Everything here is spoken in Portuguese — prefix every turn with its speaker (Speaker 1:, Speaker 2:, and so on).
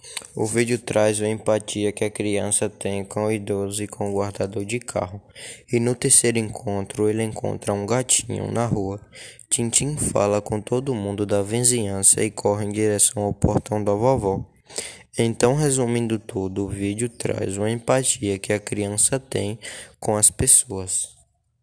Speaker 1: O vídeo traz a empatia que a criança tem com o idoso e com o guardador de carro. E no terceiro encontro, ele encontra um gatinho na rua. Tintim fala com todo mundo da vizinhança e corre em direção ao portão da vovó. Então, resumindo tudo, o vídeo traz uma empatia que a criança tem com as pessoas.